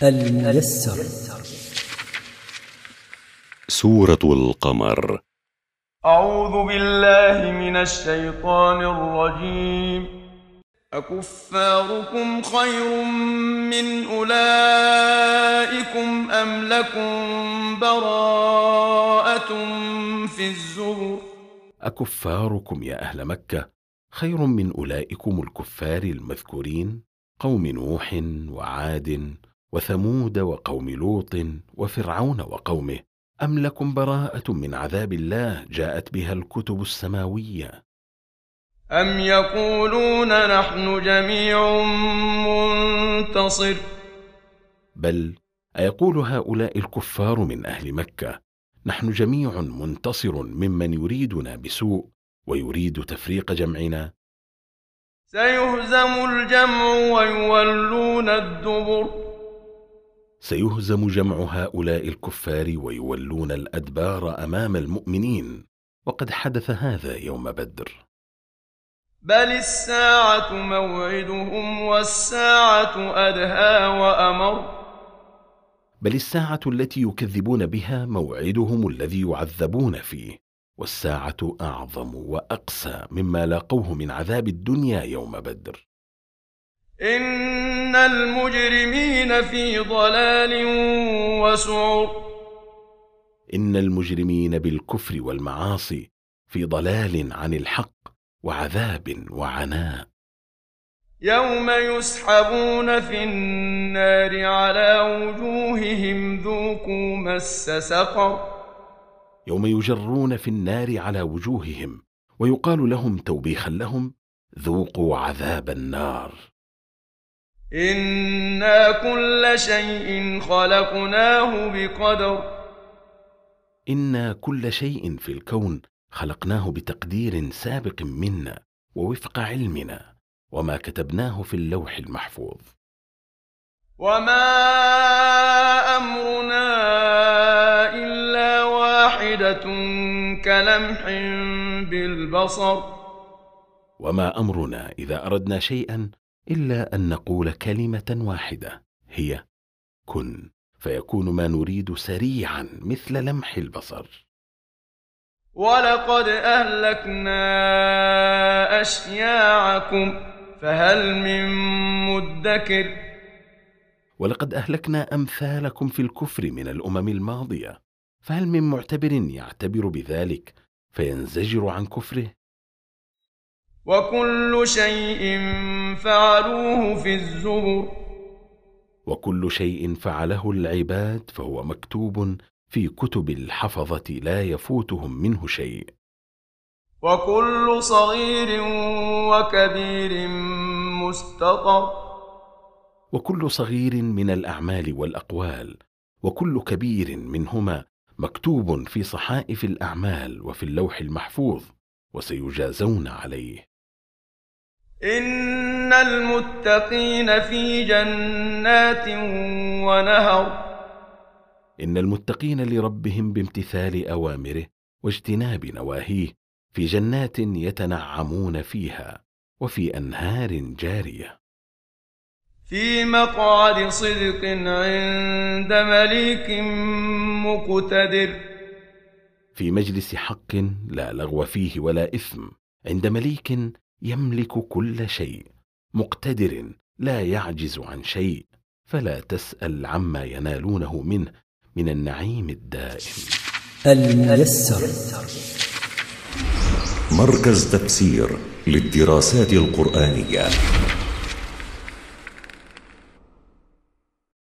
الميسر. سورة القمر. أعوذ بالله من الشيطان الرجيم. أكفاركم خير من أولئكم أم لكم براءة في الزبر؟ أكفاركم يا أهل مكة خير من أولئكم الكفار المذكورين، قوم نوح وعاد وثمود وقوم لوط وفرعون وقومه، أم لكم براءة من عذاب الله جاءت بها الكتب السماوية؟ أم يقولون نحن جميع منتصر؟ بل أيقول هؤلاء الكفار من أهل مكة نحن جميع منتصر ممن يريدنا بسوء ويريد تفريق جمعنا؟ سيهزم الجمع ويولون الدبر. سيهزم جمع هؤلاء الكفار ويولون الأدبار أمام المؤمنين، وقد حدث هذا يوم بدر. بل الساعة موعدهم والساعة أدهى وأمر. بل الساعة التي يكذبون بها موعدهم الذي يعذبون فيه، والساعة أعظم وأقسى مما لاقوه من عذاب الدنيا يوم بدر. إن المجرمين في ضلال وسعر. إن المجرمين بالكفر والمعاصي في ضلال عن الحق وعذاب وعناء. يوم يسحبون في النار على وجوههم ذوقوا مس سقر. يوم يجرون في النار على وجوههم ويقال لهم توبيخا لهم: ذوقوا عذاب النار. إنا كل شيء خلقناه بقدر. إنا كل شيء في الكون خلقناه بتقدير سابق منا ووفق علمنا، وما كتبناه في اللوح المحفوظ. وما أمرنا إلا واحدة كلمح بالبصر. وما أمرنا إذا أردنا شيئا إلا أن نقول كلمة واحدة، هي كن، فيكون ما نريد سريعا مثل لمح البصر. ولقد أهلكنا أشياعكم فهل من مدكر. ولقد أهلكنا أمثالكم في الكفر من الأمم الماضية، فهل من معتبر يعتبر بذلك فينزجر عن كفره؟ وكل شيء فعلوه في الزبر. وكل شيء فعله العباد فهو مكتوب في كتب الحفظة لا يفوتهم منه شيء. وكل صغير وكبير مستطر. وكل صغير من الأعمال والأقوال وكل كبير منهما مكتوب في صحائف الأعمال وفي اللوح المحفوظ، وسيجازون عليه. إن المتقين في جنات ونهر. إن المتقين لربهم بامتثال أوامره واجتناب نواهيه في جنات يتنعمون فيها وفي أنهار جارية. في مقعد صدق عند مليك مقتدر. في مجلس حق لا لغو فيه ولا إثم، عند مليك يملك كل شيء، مقتدر لا يعجز عن شيء، فلا تسأل عما ينالونه منه من النعيم الدائم. الميسر. مركز تفسير للدراسات القرآنية.